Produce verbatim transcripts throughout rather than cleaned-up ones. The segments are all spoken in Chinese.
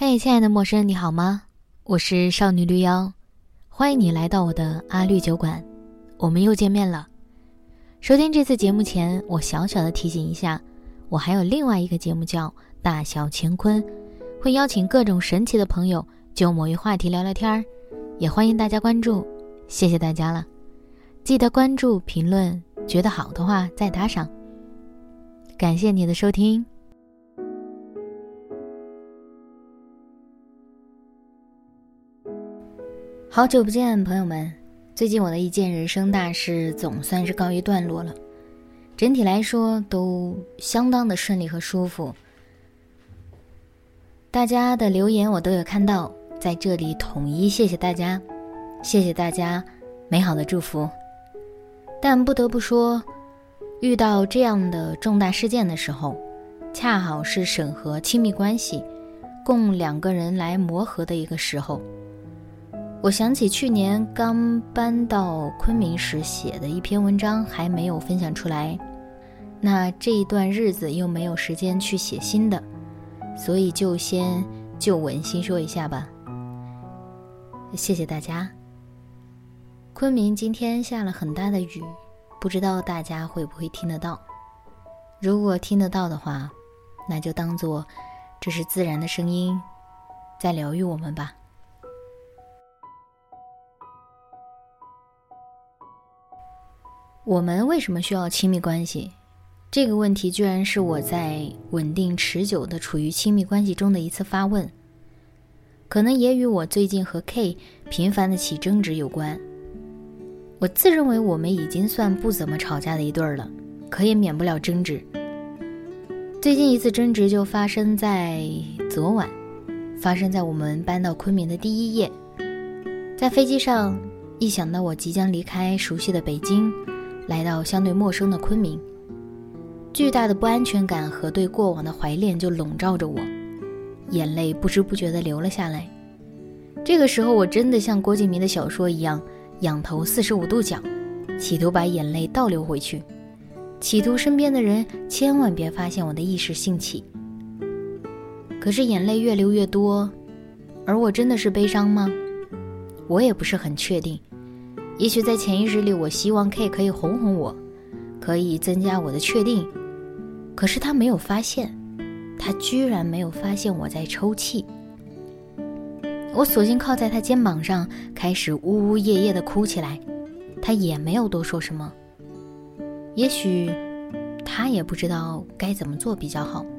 嘿，亲爱的陌生人，你好吗？我是少女绿妖，欢迎你来到我的阿绿酒馆，我们又见面了。收听这次节目前，我小小的提醒一下，我还有另外一个节目叫大小乾坤，会邀请各种神奇的朋友就某一话题聊聊天，也欢迎大家关注，谢谢大家了。记得关注评论，觉得好的话再打赏。感谢你的收听。好久不见，朋友们，最近我的一件人生大事总算是告一段落了，整体来说都相当的顺利和舒服。大家的留言我都有看到，在这里统一谢谢大家，谢谢大家美好的祝福。但不得不说，遇到这样的重大事件的时候，恰好是审核亲密关系供两个人来磨合的一个时候。我想起去年刚搬到昆明时写的一篇文章还没有分享出来，那这一段日子又没有时间去写新的，所以就先就文新说一下吧。谢谢大家。昆明今天下了很大的雨，不知道大家会不会听得到。如果听得到的话，那就当作这是自然的声音在疗愈我们吧。我们为什么需要亲密关系？这个问题居然是我在稳定持久的处于亲密关系中的一次发问，可能也与我最近和 K 频繁的起争执有关。我自认为我们已经算不怎么吵架的一对了，可也免不了争执。最近一次争执就发生在昨晚，发生在我们搬到昆明的第一夜。在飞机上，一想到我即将离开熟悉的北京，来到相对陌生的昆明，巨大的不安全感和对过往的怀恋就笼罩着我，眼泪不知不觉地流了下来。这个时候我真的像郭敬明的小说一样，仰头四十五度角，企图把眼泪倒流回去，企图身边的人千万别发现我的一时兴起。可是眼泪越流越多，而我真的是悲伤吗？我也不是很确定。也许在潜意识里，我希望 K 可以哄哄我，可以增加我的确定。可是他没有发现，他居然没有发现我在抽泣。我索性靠在他肩膀上，开始呜呜咽咽地哭起来。他也没有多说什么，也许他也不知道该怎么做比较好。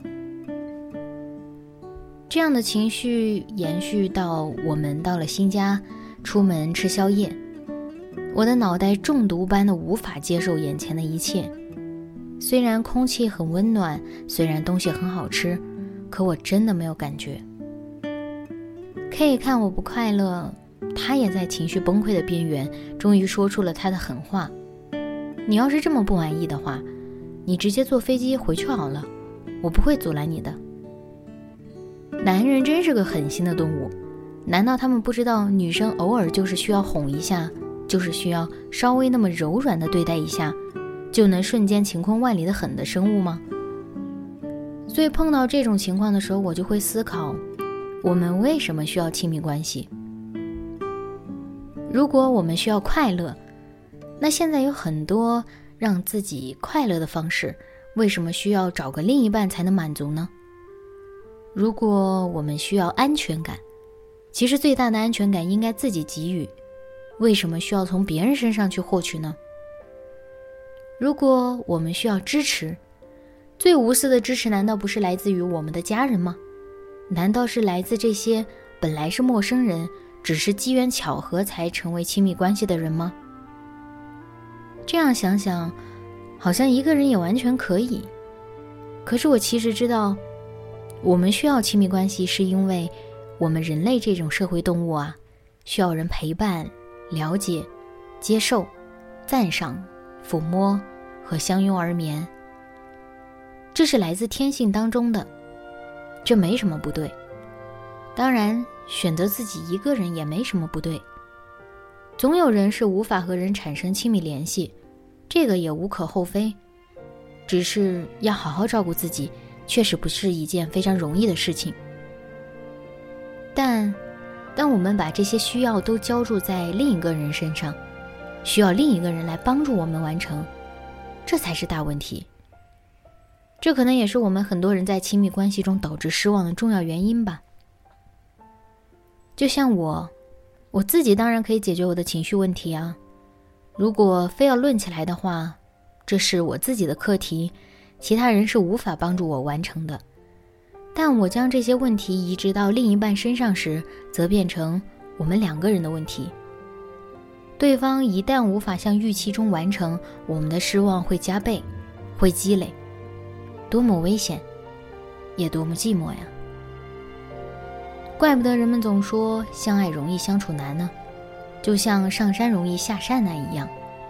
这样的情绪延续到我们到了新家，出门吃宵夜。我的脑袋中毒般的无法接受眼前的一切，虽然空气很温暖，虽然东西很好吃，可我真的没有感觉。K 看我不快乐，他也在情绪崩溃的边缘，终于说出了他的狠话：你要是这么不满意的话，你直接坐飞机回去好了，我不会阻拦你的。男人真是个狠心的动物，难道他们不知道女生偶尔就是需要哄一下，就是需要稍微那么柔软的对待一下，就能瞬间晴空万里的狠的生物吗？所以碰到这种情况的时候，我就会思考，我们为什么需要亲密关系？如果我们需要快乐，那现在有很多让自己快乐的方式，为什么需要找个另一半才能满足呢？如果我们需要安全感，其实最大的安全感应该自己给予，为什么需要从别人身上去获取呢？如果我们需要支持，最无私的支持难道不是来自于我们的家人吗？难道是来自这些本来是陌生人，只是机缘巧合才成为亲密关系的人吗？这样想想，好像一个人也完全可以。可是我其实知道，我们需要亲密关系，是因为我们人类这种社会动物啊，需要人陪伴、了解、接受、赞赏、抚摸和相拥而眠。这是来自天性当中的，这没什么不对。当然，选择自己一个人也没什么不对。总有人是无法和人产生亲密联系，这个也无可厚非。只是要好好照顾自己，确实不是一件非常容易的事情。 但当我们把这些需要都浇筑在另一个人身上，需要另一个人来帮助我们完成，这才是大问题。这可能也是我们很多人在亲密关系中导致失望的重要原因吧。就像我，我自己当然可以解决我的情绪问题啊。如果非要论起来的话，这是我自己的课题，其他人是无法帮助我完成的。但我将这些问题移植到另一半身上时，则变成我们两个人的问题。对方一旦无法像预期中完成，我们的失望会加倍，会积累，多么危险，也多么寂寞呀！怪不得人们总说相爱容易相处难呢，就像上山容易下山难一样。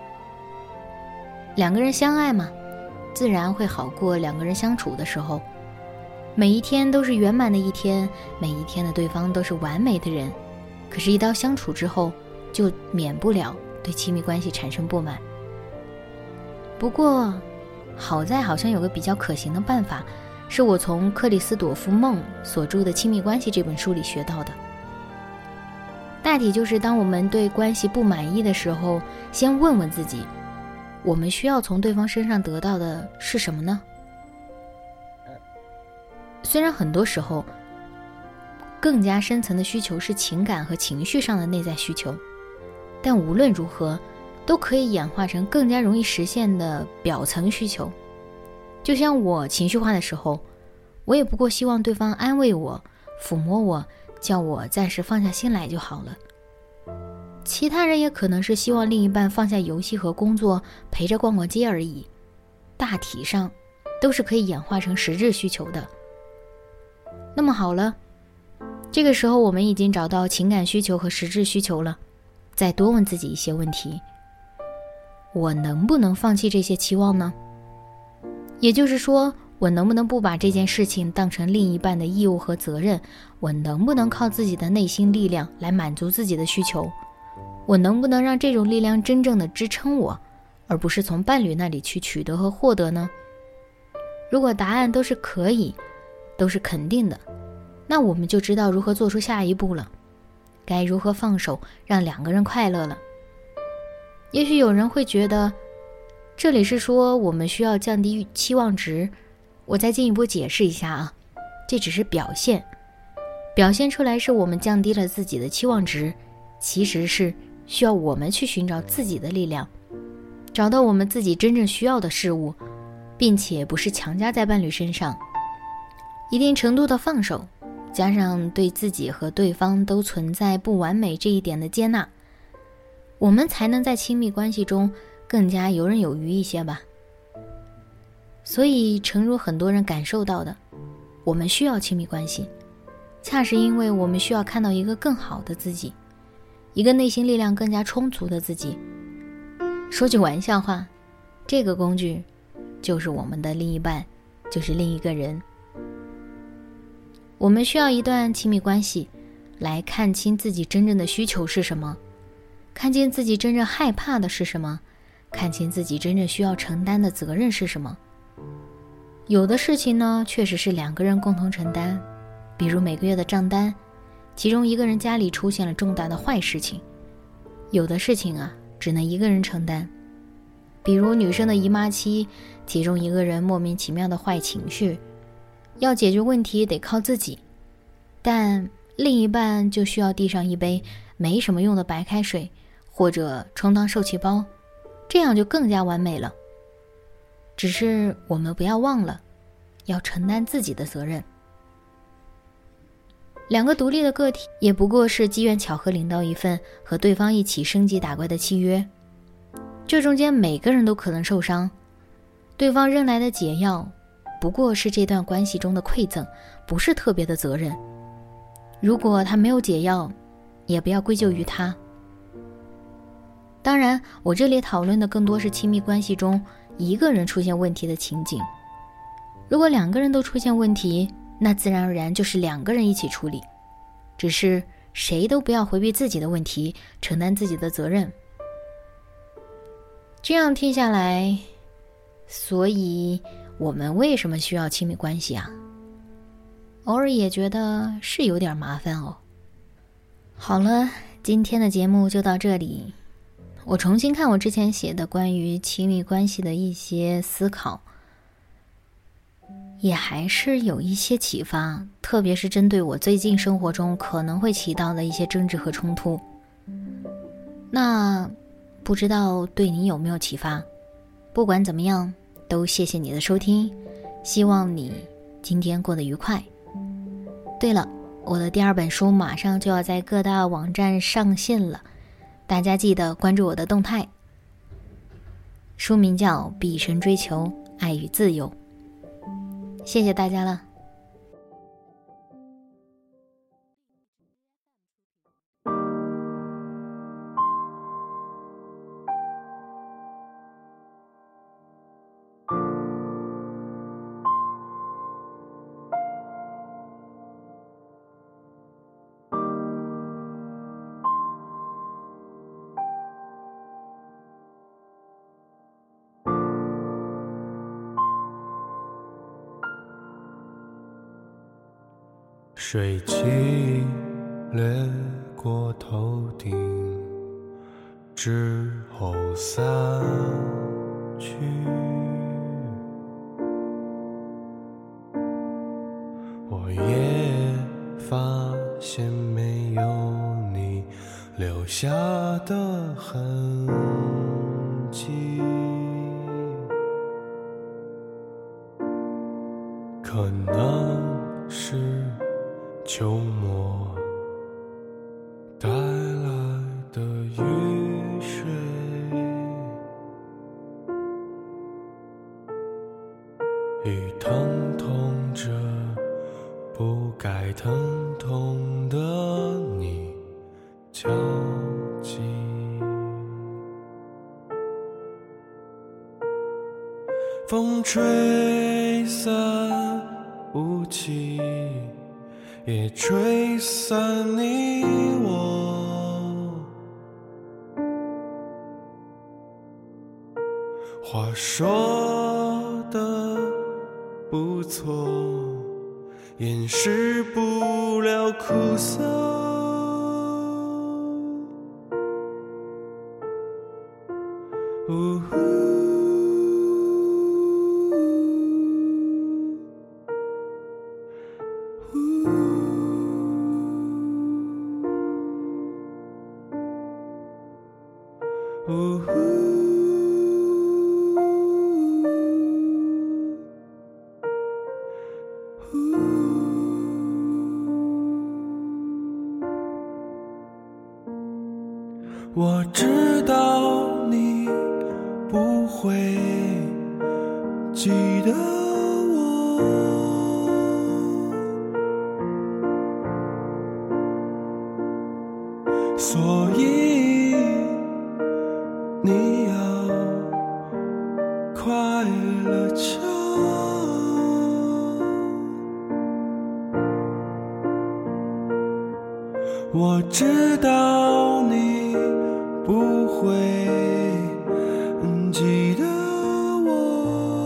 两个人相爱嘛，自然会好过两个人相处的时候。每一天都是圆满的一天，每一天的对方都是完美的人，可是一到相处之后，就免不了对亲密关系产生不满。不过好在好像有个比较可行的办法，是我从克里斯朵夫孟所著的《亲密关系》这本书里学到的。大体就是当我们对关系不满意的时候，先问问自己，我们需要从对方身上得到的是什么呢？虽然很多时候更加深层的需求是情感和情绪上的内在需求，但无论如何都可以演化成更加容易实现的表层需求。就像我情绪化的时候，我也不过希望对方安慰我，抚摸我，叫我暂时放下心来就好了。其他人也可能是希望另一半放下游戏和工作，陪着逛逛街而已。大体上都是可以演化成实质需求的。那么好了，这个时候我们已经找到情感需求和实质需求了，再多问自己一些问题。我能不能放弃这些期望呢？也就是说，我能不能不把这件事情当成另一半的义务和责任？我能不能靠自己的内心力量来满足自己的需求？我能不能让这种力量真正的支撑我，而不是从伴侣那里去取得和获得呢？如果答案都是可以，都是肯定的，那我们就知道如何做出下一步了，该如何放手让两个人快乐了。也许有人会觉得，这里是说我们需要降低期望值，我再进一步解释一下啊，这只是表现，表现出来是我们降低了自己的期望值，其实是需要我们去寻找自己的力量，找到我们自己真正需要的事物，并且不是强加在伴侣身上。一定程度的放手，加上对自己和对方都存在不完美这一点的接纳，我们才能在亲密关系中更加游刃有余一些吧。所以诚如很多人感受到的，我们需要亲密关系，恰是因为我们需要看到一个更好的自己，一个内心力量更加充足的自己。说句玩笑话，这个工具就是我们的另一半，就是另一个人。我们需要一段亲密关系，来看清自己真正的需求是什么，看见自己真正害怕的是什么，看清自己真正需要承担的责任是什么。有的事情呢，确实是两个人共同承担，比如每个月的账单，其中一个人家里出现了重大的坏事情。有的事情啊，只能一个人承担，比如女生的姨妈期，其中一个人莫名其妙的坏情绪，要解决问题得靠自己，但另一半就需要递上一杯没什么用的白开水，或者充当受气包，这样就更加完美了。只是我们不要忘了，要承担自己的责任。两个独立的个体也不过是机缘巧合领到一份和对方一起升级打怪的契约，这中间每个人都可能受伤，对方扔来的解药不过是这段关系中的馈赠，不是特别的责任。如果他没有解药，也不要归咎于他。当然，我这里讨论的更多是亲密关系中一个人出现问题的情景。如果两个人都出现问题，那自然而然就是两个人一起处理，只是谁都不要回避自己的问题，承担自己的责任。这样听下来，所以我们为什么需要亲密关系啊？偶尔也觉得是有点麻烦哦。 好了，今天的节目就到这里。我重新看我之前写的关于亲密关系的一些思考，也还是有一些启发，特别是针对我最近生活中可能会起到的一些争执和冲突。那不知道对你有没有启发？不管怎么样，都谢谢你的收听，希望你今天过得愉快。对了，我的第二本书马上就要在各大网站上线了，大家记得关注我的动态。书名叫《毕生追求爱与自由》。谢谢大家了。 水汽掠过头顶之后散去，我也发现没有你留下的痕迹，可能是秋末带来的雨水，雨疼痛着不该疼痛的你焦急，风吹散雾气，也吹散你我。话说得不错，掩饰不了苦涩。呜呼呜呼我知道你不会记得我，所以你要快乐着。我知道你不会记得我，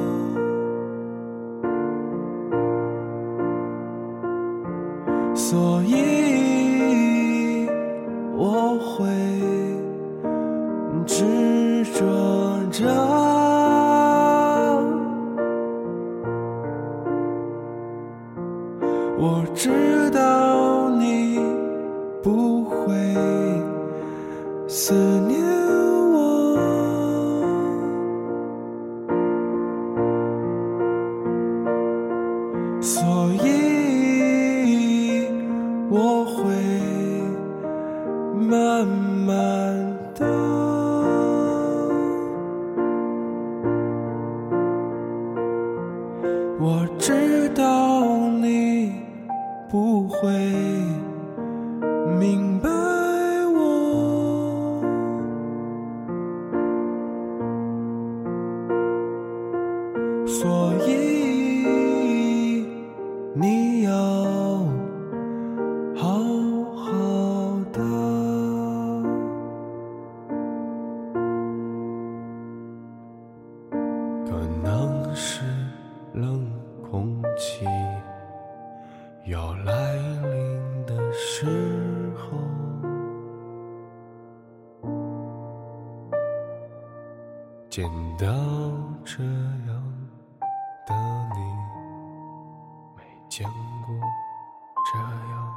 所以我会执着着。我知道你不会思念我，所以我会慢慢的，我知道你不会明白我，所以你要好好的。可能是冷空气要来临的时候， 见到这样的你，没见过这样